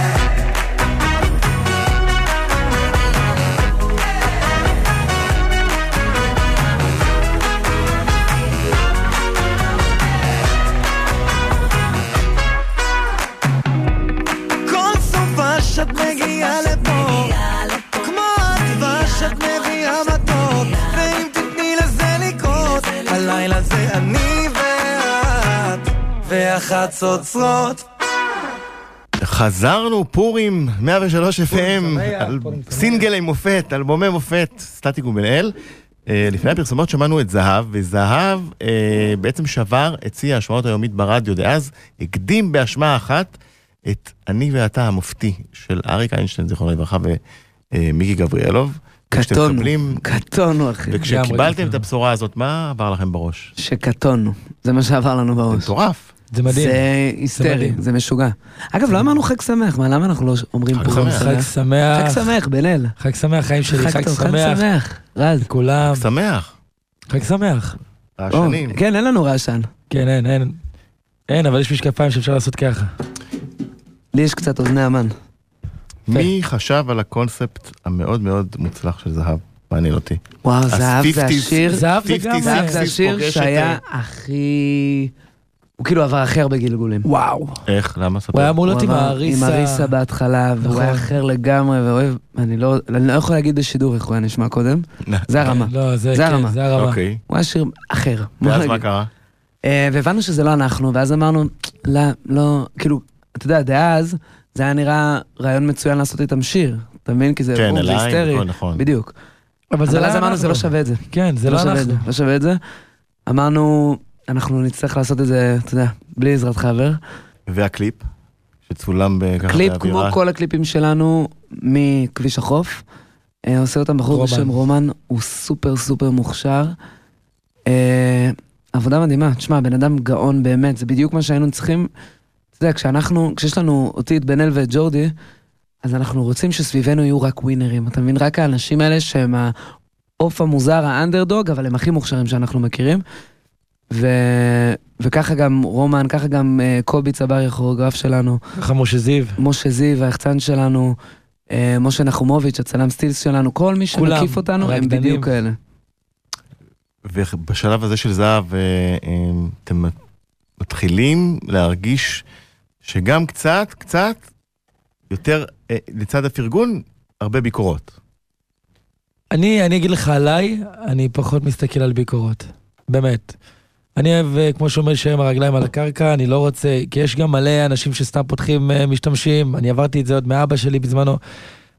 שאת מגיעה לפה כמו הדבש שאת מביאה מתוק, ואם תתני לזה לקרות, הלילה זה אני ואת והחצוצרות. חזרנו, פורים, 103 FM, סינגלי מופת, אלבומי מופת, סטטיק ובן-אל. לפני הפרסומות שמענו את זהב, וזהב בעצם שבר את שיא ההשמעות היומית ברדיו דאז, הקדים בהשמעה אחת את אני ואתה המופתי של אריק איינשטיין, זיכרונו לברכה, ומיקי גבריאלוב. קטונו, אחי. וכשקיבלתם את הבשורה הזאת, מה עבר לכם בראש? שקטונו, זה מה שעבר לנו בראש. זה מטורף. זה מדהים. זה היסטרי, זה משוגע. אגב, לא אמרנו חג שמח, מה, למה אנחנו לא אומרים פורים שמח? חג שמח. חג שמח, בן-אל. חג שמח, חיים שלי, חג שמח. רז. כולם. חג שמח. חג שמח. רעשנים. כן, אין לנו רעשן. כן, אין, אבל יש משקפיים שאפשר לעשות ככה. לי יש קצת אוזני אמן. מי חשב על הקונספט המאוד מאוד מוצלח של זהב? מעניין אותי. וואו, זהב זה השיר. זהב זה השיר שהיה הכי... הוא כאילו עבר אחר בגלגולים. וואו. איך? למה? הוא היה אמור להיות עם האריסה. עם האריסה בהתחלה, והוא היה אחר לגמרי, ואוהב... אני לא יכול להגיד בשידור איך הוא היה נשמע קודם. זה הרמה. לא, זה הרמה. הוא היה שיר אחר. ואז מה קרה? והבנו שזה לא אנחנו, ואז אמרנו, לא, כאילו, אתה יודע, דאז, זה היה נראה רעיון מצוין לעשות איתם שיר. אתה מבין? כי זה בום, זה היסטרי. בדיוק. אבל אז אמרנו, זה לא שווה את זה. כן, זה לא אנחנו. לא שווה את זה. אמרנו, אנחנו נצטרך לעשות את זה, אתה יודע, בלי עזרת חבר. והקליפ? שצולם בככה קליפ כמו כל הקליפים שלנו מכביש החוף. עושה אותם בחור בשם רומן, הוא סופר סופר מוכשר. עבודה מדהימה. תשמע, בן אדם גאון באמת, זה בדיוק מה שהיינו צריכים. אתה יודע, כשיש לנו אותי את בן-אל ואת ג'ורדי, אז אנחנו רוצים שסביבנו יהיו רק ווינרים. אתה מבין? רק האנשים האלה שהם העוף המוזר, האנדרדוג, אבל הם הכי מוכשרים שאנחנו מכירים. וככה גם רומן, ככה גם קובי צברי, הכוריאוגרף שלנו. ככה משה זיו, היחצן שלנו, משה נחומוביץ', הצלם סטילס שלנו, כל מי שמקיף אותנו, הם בדיוק כאלה. ובשלב הזה של זהב, אתם מתחילים להרגיש שגם קצת יותר, לצד הפרגון, הרבה ביקורות. אני אגיד לך עליי, אני פחות מסתכל על ביקורות. באמת. אני אוהב, כמו שאומר, שהם הרגליים על הקרקע, אני לא רוצה, כי יש גם מלא אנשים שסתם פותחים משתמשים, אני עברתי את זה עוד מאבא שלי בזמנו,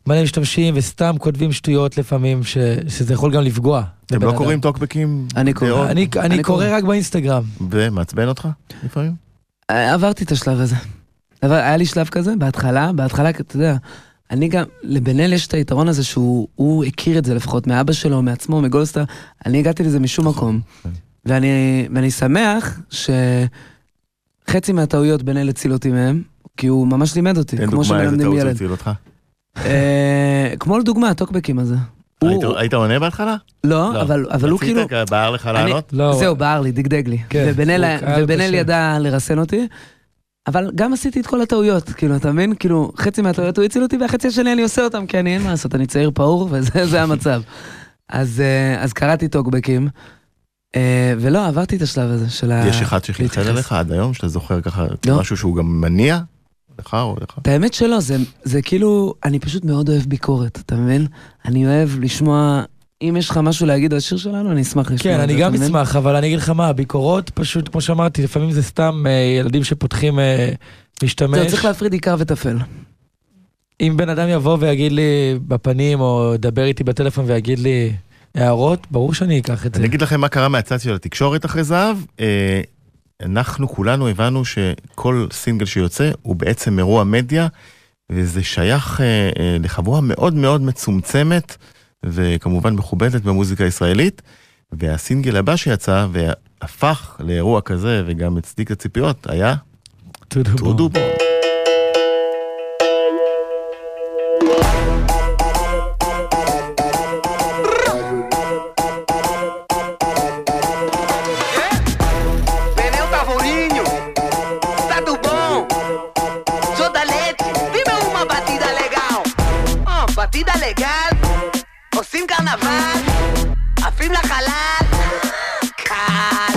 מלא משתמשים וסתם כותבים שטויות לפעמים, שזה יכול גם לפגוע. אתם לא קוראים טוקבקים? אני קורא רק באינסטגרם. ומעצבן אותך לפעמים? עברתי את השלב הזה. היה לי שלב כזה, בהתחלה, אתה יודע, אני גם, לבן-אל יש את היתרון הזה שהוא הכיר את זה לפחות מאבא שלו, מעצמו, מגולדסטאר, אני הגעתי לזה משום מקום. ואני שמח שחצי מהטעויות בן-אל הציל אותי מהם, כי הוא ממש לימד אותי. תן דוגמה איזה טעות הציל אותך. כמו לדוגמה, הטוקבקים הזה. היית עונה בהתחלה? לא, אבל הוא כאילו... רצית בער לך לענות? זהו, בער לי, דגדג לי. ובן-אל ידע לרסן אותי. אבל גם עשיתי את כל הטעויות, כאילו, אתה מבין? כאילו, חצי מהטעויות הוא הציל אותי, והחצי השני אני עושה אותם, כי אני אין מה לעשות, אני צעיר פעור, וזה המצב. אז קראתי טוקבקים, ולא, עברתי את השלב הזה של ה... יש אחד שחלחל אליך עד היום, שאתה זוכר ככה משהו שהוא גם מניע? לך או לך? האמת שלא, זה כאילו, אני פשוט מאוד אוהב ביקורת, אתה מבין? אני אוהב לשמוע... אם יש לך משהו להגיד על השיר שלנו, אני אשמח לשמוע. כן, אני גם אשמח, אבל אני אגיד לך מה, ביקורות פשוט, כמו שאמרתי, לפעמים זה סתם ילדים שפותחים משתמש. אתה צריך להפריד עיקר וטפל. אם בן אדם יבוא ויגיד לי בפנים, או דבר איתי בטלפון ויגיד לי הערות, ברור שאני אקח את זה. אני אגיד לכם מה קרה מהצד של התקשורת אחרי זהב. אנחנו כולנו הבנו שכל סינגל שיוצא הוא בעצם אירוע מדיה, וזה שייך לחבורה מאוד מאוד מצומצמת, וכמובן מכובדת במוזיקה הישראלית, והסינגל הבא שיצא והפך לאירוע כזה וגם הצדיק את הציפיות היה טודו בום. עושים קרנבל, עפים לחלל, קל.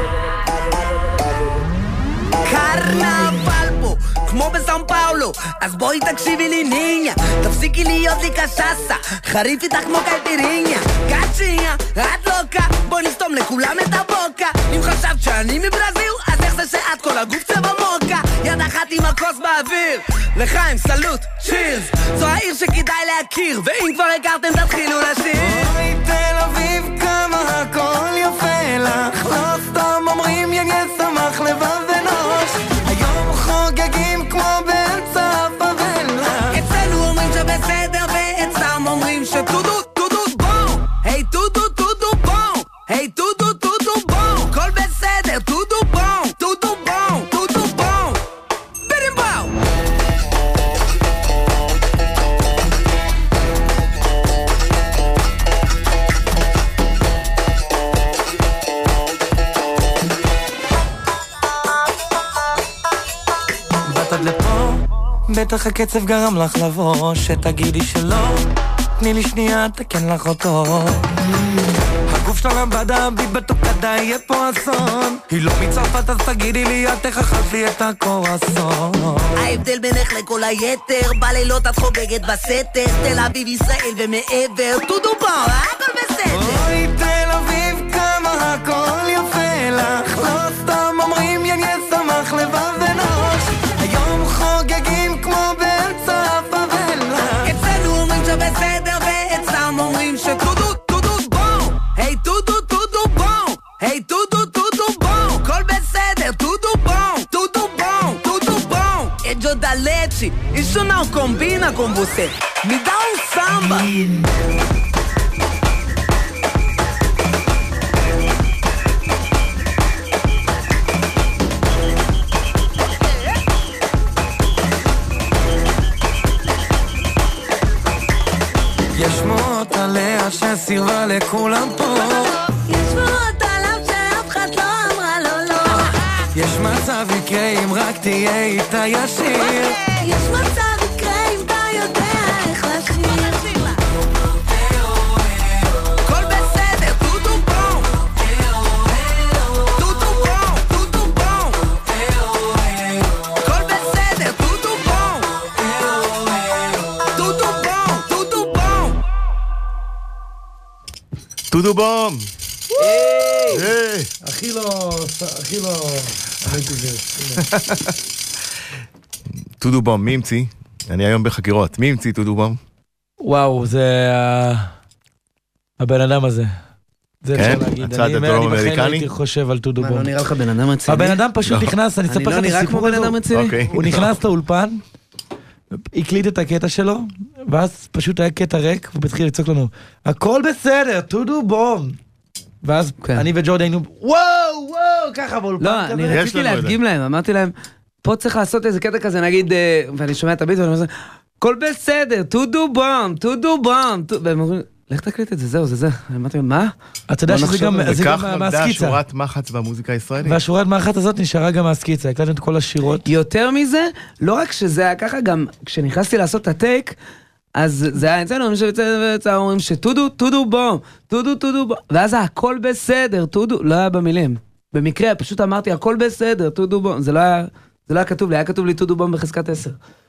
קרנבל פה, כמו בסאו פאולו, אז בואי תקשיבי לי ניניה, תפסיקי להיות לי קשסה, חריף איתך כמו קייפיריניה, קצ'יניה, את לוקה, בואי נסתום לכולם את הבוקה, אם חשבת שאני מברזיל, אז איך זה שאת כל הגוף צבע מוקה, יד אחת עם הכוס באוויר, לחיים סלוט, צ'ירס, זו העיר שכדאי להכיר, ואם כבר הכרתם תתחילו לשיר. אוי תל אביב כמה הכל יפה לך, לא סתם אומרים יניה שמח לבב ונוש, היום חוגגים כמו באמצע הפאבלה, אצלנו אומרים שבסדר ואצלם אומרים שטודו טודו בום, היי טודו טודו בום, היי טודו טודו בום, כל בסדר טודו בום, טודו בום, טודו בום, בירים בום. באת עד לפה, בטח הקצב גרם לך לבוא, שתגידי שלא, תני לי שנייה, תקן לך אותו. הגוף שלה לבדה, ביט בתוקדה, יהיה פה אסון. היא לא מצרפת, אז תגידי לי, את תכחת לי את הקורסון. ההבדל בינך לכל היתר, בלילות את חוגגת בסתר, תל אביב ישראל ומעבר, טודו בום, הכל בסדר. אוי תל אביב כמה הכל יפה לך, לא סתם אומרים יניה שמח לבב ונוש, היום חוגגים כמו באמצע הפאבלה, אצלנו אומרים שבסדר ואצלם אומרים שטודו טודו בום, היי טודו טודו בום, היי טודו טודו בום, כל בסדר טודו bom, tudo bom. É Giordaletti, isso não combina com você. Me dá um samba. יש שמועות עליה שסירבה לכולם פה, יש שמועות עליו שאף אחד לא אמרה לו לא, יש מצב יקרה אם רק תהיה איתה ישיר, יש מצב יקרה אם אתה יודע איך לשיר, כל בסדר, טודו בום, טודו בום, טודו בום, כל בסדר, טודו בום, טודו בום, טודו בום. טודו בום! הכי לא... טודו בום, מי המציא? אני היום בחקירות. מי המציא טודו בום? וואו, זה הבן אדם הזה. זה כן? אפשר להגיד. הצד הדרום אני אמריקני? בחיים הייתי חושב על טודו מה, בום. לא נראה לך בן אדם רציני? הבן אדם פשוט נכנס, אני אספר לך את אני לא נראה כמו הסיפור בן הזה. אדם רציני? אוקיי. הוא נכנס לאולפן, הקליט את הקטע שלו, ואז פשוט היה קטע ריק, והוא התחיל לצעוק לנו, הכל בסדר, טודו בום. ואז כן. אני וג'ורדי היינו, וואו, ככה באולפן לא, כזה. אני יש רציתי לנו את להדגים להם, אמרתי להם, פה צריך לעשות איזה קטע כזה, נגיד, ואני שומע את הביט ואני אומר, הכל בסדר, טודו בום, והם אומרים, לך תקליט את זה, זהו, זה. אמרתי להם, מה? אתה יודע שזה גם וכך נולדה מהסקיצה. שורת מחץ במוזיקה הישראלית. והשורת מחץ הזאת נשארה גם מהסקיצה, הקלטנו את כל השירות. יותר מזה, לא רק שזה היה ככה, גם כשנכנסתי לעשות את הטייק, אז זה היה אצלנו, אומרים שטודו בום, טודו בום, ואז הכל בסדר, טודו, לא היה במילים. במקרה, פשוט אמרתי, הכל בסדר, טודו בום, זה לא היה כתוב לי, היה כתוב לי טודו בום בחזקת 10.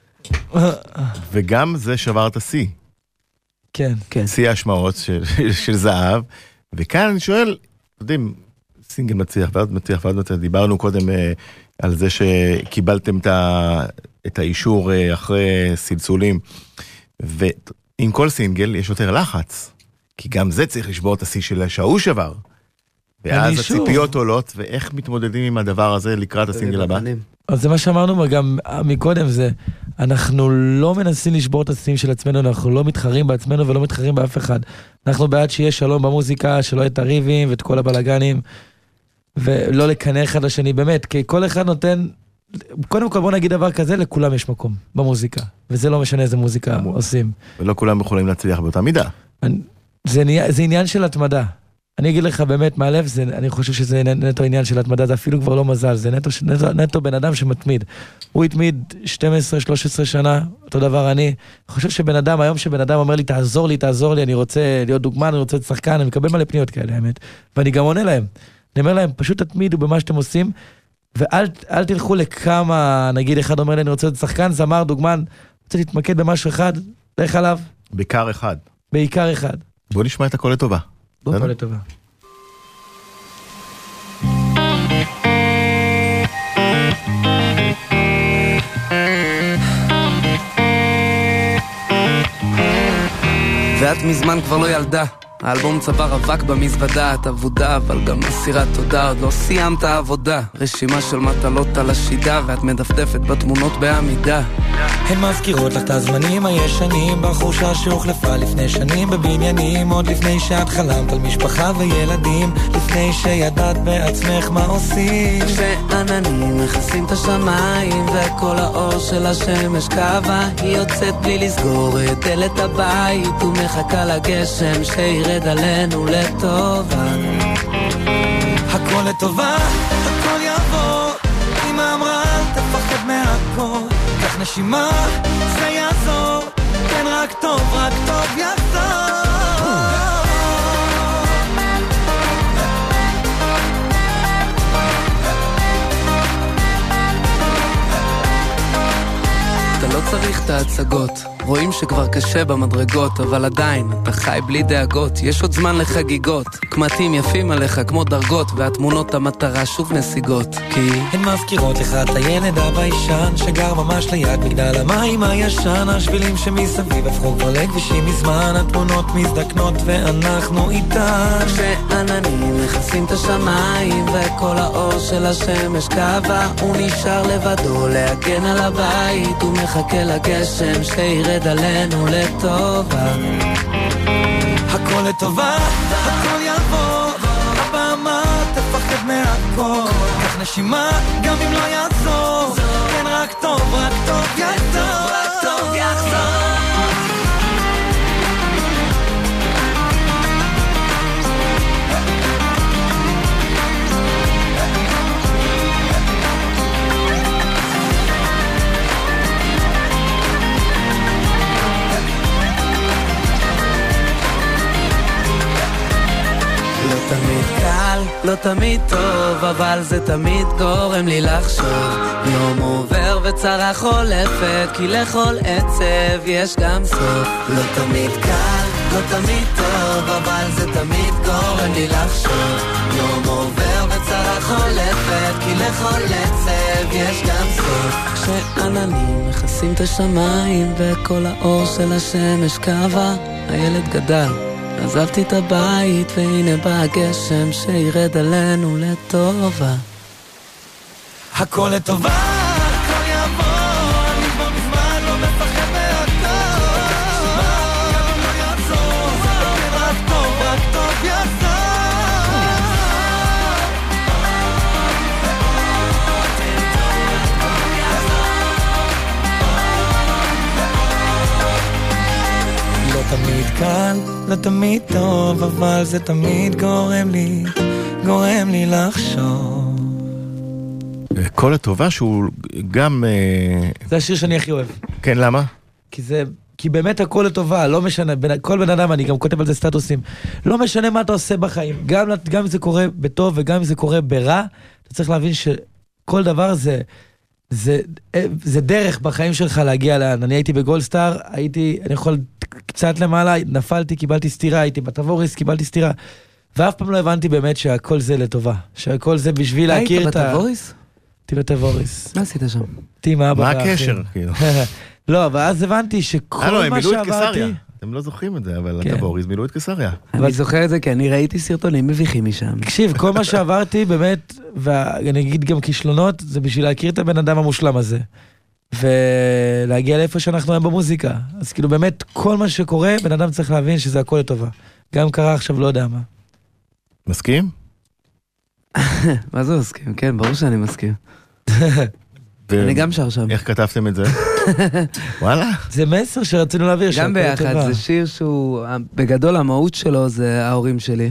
וגם זה שבר את השיא. כן. שיא ההשמעות של זהב. וכאן אני שואל, יודעים, סינגל מצליח ועוד מצליח, דיברנו קודם על זה שקיבלתם את האישור אחרי סלסולים, ועם כל סינגל יש יותר לחץ, כי גם זה צריך לשבור את השיא של השעו שבר. ואז הציפיות עולות, ואיך מתמודדים עם הדבר הזה לקראת הסינגל הבא? אז זה מה שאמרנו גם מקודם, זה אנחנו לא מנסים לשבור את השיאים של עצמנו, אנחנו לא מתחרים בעצמנו ולא מתחרים באף אחד. אנחנו בעד שיהיה שלום במוזיקה, שלא יהיה את הריבים ואת כל הבלגנים, ולא לקנא אחד לשני, באמת, כי כל אחד נותן, קודם כל בוא נגיד דבר כזה, לכולם יש מקום במוזיקה, וזה לא משנה איזה מוזיקה עושים. ולא כולם יכולים להצליח באותה מידה. זה עניין של התמדה. אני אגיד לך באמת מהלב, אני חושב שזה נטו עניין של התמדה, זה אפילו כבר לא מזל, זה נטו בן אדם שמתמיד. הוא התמיד 12-13 שנה, אותו דבר אני חושב שבן אדם, היום שבן אדם אומר לי, תעזור לי, אני רוצה להיות דוגמן, אני רוצה להיות שחקן, אני מקבל מלא פניות כאלה, האמת. ואני גם עונה להם. אני אומר להם, פשוט תתמידו במה שאתם עושים, ואל תלכו לכמה, נגיד אחד אומר לי, אני רוצה להיות שחקן, זמר, דוגמן, רוצה להתמקד במשהו אחד, לך עליו. בעיקר אחד. בוא נשמע את הכל לטובה. בוא כל לטובה. ואת מזמן כבר לא ילדה, האלבום צבר אבק במזוודה, את עבודה אבל גם מסירת תודה, עוד לא סיימת העבודה, רשימה של מטלות על השידה, ואת מדפדפת בתמונות בעמידה. הן מזכירות לך את הזמנים הישנים, בחושה שהוחלפה לפני שנים בבניינים, עוד לפני שאת חלמת על משפחה וילדים, לפני שידעת בעצמך מה עושים. כשעננים מכסים את השמיים וכל האור של השמש קווה, היא יוצאת בלי לסגור את דלת הבית ומחכה לגשם שירד עלינו לטובה. הכל לטובה, הכל יעבור, אמא אמרה אל תפחד מהכל, קח נשימה, זה יעזור, כן רק טוב יחזור. אתה לא צריך את ההצגות, רואים שכבר קשה במדרגות, אבל עדיין אתה חי בלי דאגות, יש עוד זמן לחגיגות, קמטים יפים עליך כמו דרגות, והתמונות המטרה שוב נסיגות, כי הן מזכירות לך את הילד הביישן שגר ממש ליד מגדל המים הישן, השבילים שמסביב הפכו כבר לכבישים מזמן, התמונות מזדקנות ואנחנו איתן. כשעננים מכסים את השמיים וכל האור של השמש קווה, הוא נשאר לבדו להגן על הבית, הוא מחכה לגשם שירד עלינו לטובה. הכל לטובה, הכל יעבור, הבמה תפחד מהכל, קח נשימה גם אם לא יעזור, כן רק טוב יחזור, רק טוב יחזור. לא תמיד קל, לא תמיד טוב, אבל זה תמיד גורם לי לחשוב. יום עובר וצרה חולפת, כי לכל עצב יש גם סוף. לא תמיד קל, לא תמיד טוב, אבל זה תמיד גורם לי לחשוב. יום עובר וצרה חולפת, כי לכל עצב יש גם סוף. כשעננים מכסים את השמיים וכל האור של השמש קבע, הילד גדל, עזבתי את הבית והנה בא הגשם שירד עלינו לטובה. הכל לטובה, הכל יעבור, אני כבר מזמן לא מפחד מהכל. גם לא יעצור, זה רק טוב יעזור. לא תמיד קל, לא תמיד טוב, אבל זה תמיד גורם לי לחשוב. כל הטובה שהוא גם... זה השיר שאני הכי אוהב. כן, למה? כי באמת הכל לטובה, לא משנה, כל בן אדם, אני גם כותב על זה סטטוסים, לא משנה מה אתה עושה בחיים, גם אם זה קורה בטוב וגם אם זה קורה ברע, אתה צריך להבין שכל דבר זה דרך בחיים שלך להגיע לאן. אני הייתי בגולדסטאר, אני יכול קצת למעלה, נפלתי, קיבלתי סתירה, הייתי בתבוריס, קיבלתי סתירה, ואף פעם לא הבנתי באמת שהכל זה לטובה, שהכל זה בשביל להכיר את ה... היית בתבוריס? הייתי בתבוריס. מה עשית שם? מה הקשר? לא, ואז הבנתי שכל מה שעברתי... אתם לא זוכרים את זה, אבל התבוריס מילאו את קיסריה. אני זוכר את זה כי אני ראיתי סרטונים מביכים משם. תקשיב, כל מה שעברתי באמת, ואני אגיד גם כישלונות, זה בשביל להכיר את הבן אדם המושלם הזה. ולהגיע לאיפה שאנחנו היום במוזיקה. אז כאילו באמת, כל מה שקורה, בן אדם צריך להבין שזה הכל לטובה. גם קרה עכשיו, לא יודע מה. מסכים? מה זה מסכים? כן, ברור שאני מסכים. אני גם שר שם. איך כתבתם את זה? וואלה. זה מסר שרצינו להעביר. גם ביחד, זה שיר שהוא, בגדול המהות שלו זה ההורים שלי.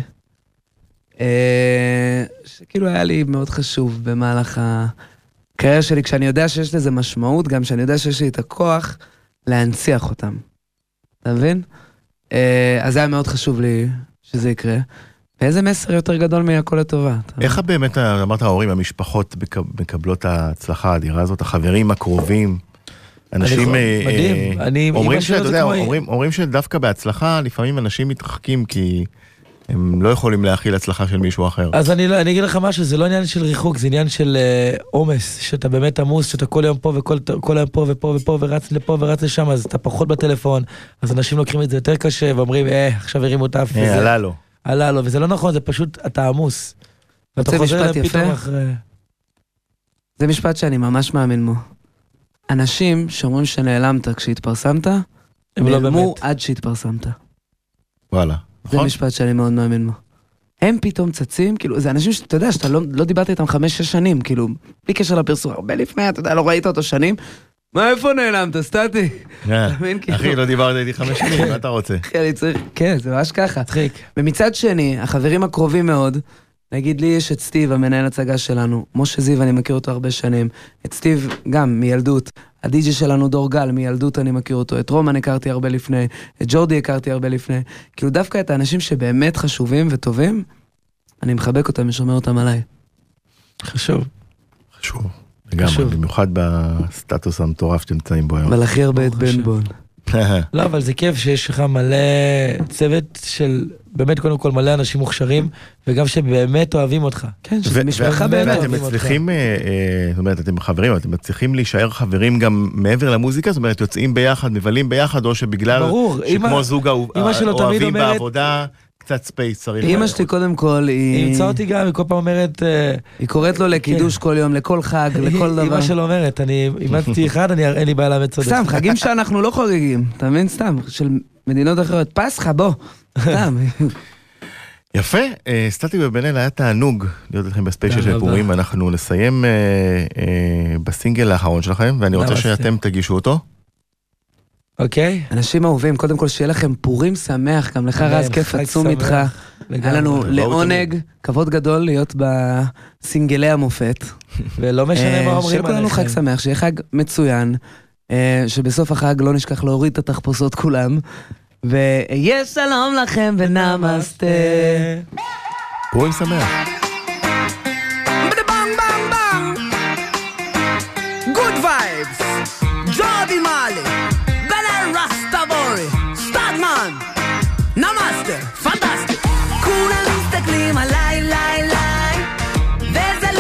שכאילו היה לי מאוד חשוב במהלך הקריירה שלי, כשאני יודע שיש לזה משמעות, גם שאני יודע שיש לי את הכוח להנציח אותם. אתה מבין? אז זה היה מאוד חשוב לי שזה יקרה. ואיזה מסר יותר גדול מהכל לטובה. איך באמת, אמרת ההורים, המשפחות מקבלות ההצלחה האדירה הזאת, החברים הקרובים, אנשים... מדהים. אומרים שדווקא בהצלחה, לפעמים אנשים מתרחקים כי הם לא יכולים להכיל הצלחה של מישהו אחר. אז אני אגיד לך משהו, זה לא עניין של ריחוק, זה עניין של עומס, שאתה באמת עמוס, שאתה כל יום פה וכל היום פה ופה ופה ורץ לפה ורץ לשם, אז אתה פחות בטלפון, אז אנשים לוקחים את זה יותר קשה ואומרים, עכשיו הרימו את האף וזה. עלה לו, וזה לא נכון, זה פשוט, אתה עמוס. ואתה חוזר להם פתאום אחרי... זה משפט שאני ממש מאמין בו. אנשים שאומרים שנעלמת כשהתפרסמת, נעלמו עד שהתפרסמת. וואלה, נכון? זה משפט שאני מאוד מאמין בו. הם פתאום צצים, כאילו, זה אנשים שאתה יודע, שאתה לא דיברת איתם 5-6 שנים, כאילו, בלי קשר לפרסום, הרבה לפני, אתה יודע, לא ראית אותו שנים, מה, איפה נעלמת, סטטי? אחי, לא דיברת איתי 5 שנים, מה אתה רוצה? אחי, אני צריך, כן, זה ממש ככה. ומצד שני, החברים הקרובים מאוד, נגיד לי יש את סטיב, המנהל הצגה שלנו, משה זיו, אני מכיר אותו הרבה שנים, את סטיב גם מילדות, הדיג'י שלנו דור גל, מילדות אני מכיר אותו, את רומן הכרתי הרבה לפני, את ג'ורדי הכרתי הרבה לפני, כאילו דווקא את האנשים שבאמת חשובים וטובים, אני מחבק אותם ושומר אותם עליי. חשוב. לגמרי, במיוחד בסטטוס המטורף שנמצאים בו היום. אבל הכי הרבה את בן בון. לא, אבל זה כיף שיש לך מלא צוות של, באמת קודם כל מלא אנשים מוכשרים, וגם שבאמת אוהבים אותך. כן, שזה משפחה באמת אוהבים אותך. ואתם מצליחים, זאת אומרת, אתם חברים, אתם מצליחים להישאר חברים גם מעבר למוזיקה, זאת אומרת, יוצאים ביחד, מבלים ביחד, או שבגלל שכמו זוג אוהבים בעבודה, קצת ספייס צריך. אמא שלי קודם כל, היא ימצא אותי גם, היא כל פעם אומרת... היא קוראת לו לקידוש כל יום, לכל חג, לכל דבר. אמא שלו אומרת, אני אימצתי אחד, אין לי בעיה לאמץ עוד. סתם, חגים שאנחנו לא חוגגים, אתה מבין? סתם, של מדינות אחרות. פסחה, בוא. סתם. יפה, סטטי ובן אל היה תענוג להיות לכם בספיישל של פורים, ואנחנו נסיים בסינגל האחרון שלכם, ואני רוצה שאתם תגישו אותו. אוקיי. אנשים אהובים, קודם כל שיהיה לכם פורים שמח, גם לך רז כיף עצום איתך. היה לנו לעונג, כבוד גדול להיות בסינגלי המופת. ולא משנה מה אומרים עליכם. שיהיה לנו חג שמח, שיהיה חג מצוין, שבסוף החג לא נשכח להוריד את התחפושות כולם, ויש שלום לכם ונמסטה. פורים שמח. Good vibes. Jordi Marley. סטאדמן, נמאסטר, פנטסטי. כולם מסתכלים עליי, לי, לי, וזה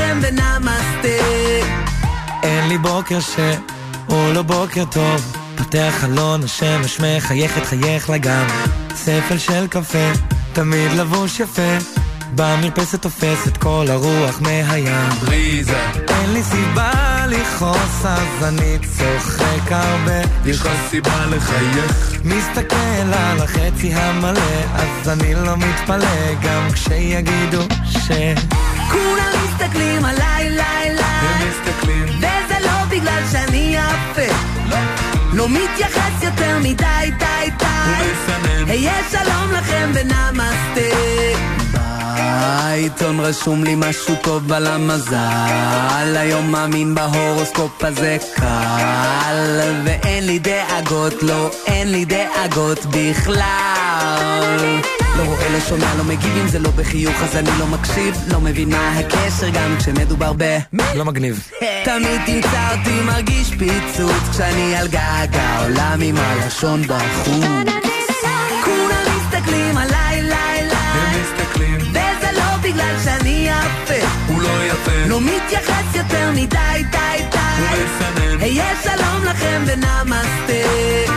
לכם ונמסטה. אין לי בוקר שהוא לא בוקר טוב, פתח חלון, השמש מחייכת, חייך לגם, ספל של קפה, תמיד לבוש יפה, במרפסת תופסת כל הרוח מהים. בריזה. אין לי סיבה לכעוס אז אני צוחק הרבה, יש לך סיבה לחייך, מסתכל על החצי המלא אז אני לא מתפלא גם כשיגידו כולם מסתכלים עליי לילה, הם מסתכלים וזה לא בגלל שאני יפה, לא מתייחס יותר מדי די די, ומסנן היה שלום לכם ונמסטה. בעיתון רשום לי משהו טוב על המזל, היום מאמין בהורוסקופ הזה קל, ואין לי דאגות, לא אין לי דאגות בכלל. לא רואה, לא שומע, לא מגיב אם זה לא בחיוך אז אני לא מקשיב, לא מבין מה הקשר גם כשמדובר לא מגניב. תמיד תמצא אותי מרגיש פיצוץ כשאני על גג העולם עם הלשון בחוץ. כולם מסתכלים עליי לילה, הם מסתכלים וזה לא בגלל שאני יפה, הוא לא יפה, לא מתייחס יותר מדי די די, הוא מסנן היה שלום לכם ונמסטה.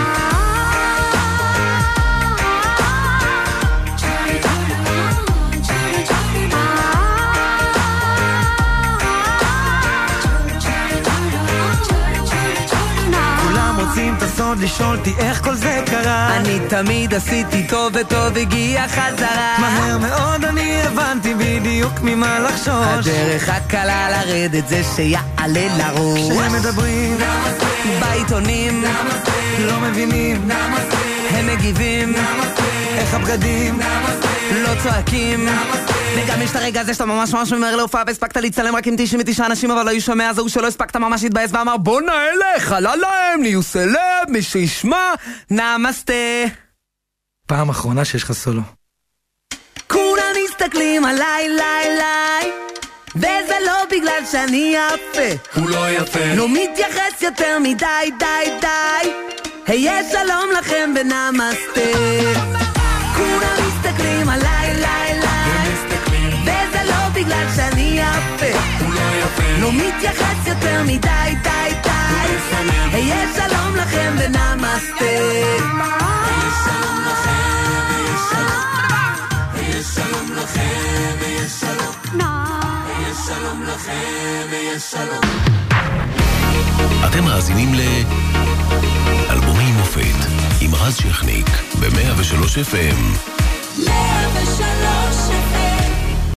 רוצים את הסוד לשאול אותי איך כל זה קרה, אני תמיד עשיתי טוב וטוב הגיע חזרה, מהר מאוד אני הבנתי בדיוק ממה לחשוש, הדרך הקלה לרדת זה שיעלה לראש, כשהם מדברים בעיתונים לא מבינים הם מגיבים איך הבגדים לא צועקים, וגם יש את הרגע הזה שאתה ממש ממש ממהר להופעה והספקת להצטלם רק עם 99 אנשים אבל לא ישמע, אז הוא שלא הספקת ממש להתבאס ואמר בוא נהלך, חלה להם, נהיו סלב, מי שישמע, נמסטה. פעם אחרונה שיש לך סולו. כולם מסתכלים עליי לילה, וזה לא בגלל שאני יפה, הוא לא יפה, לא מתייחס יותר מדי די די, היה שלום לכם ונמסטה. כולם מסתכלים עליי לילה, הם מסתכלים וזה לא בגלל שאני יפה, הוא לא יפה, לא מתייחס יותר מדי די די, היה שלום לכם ונמסטה. היה שלום לכם ויש שלום, היה שלום לכם ויש שלום, היה שלום לכם ויש שלום. אתם מאזינים אלבומי מופת עם רז שכניק ב-103 FM. 103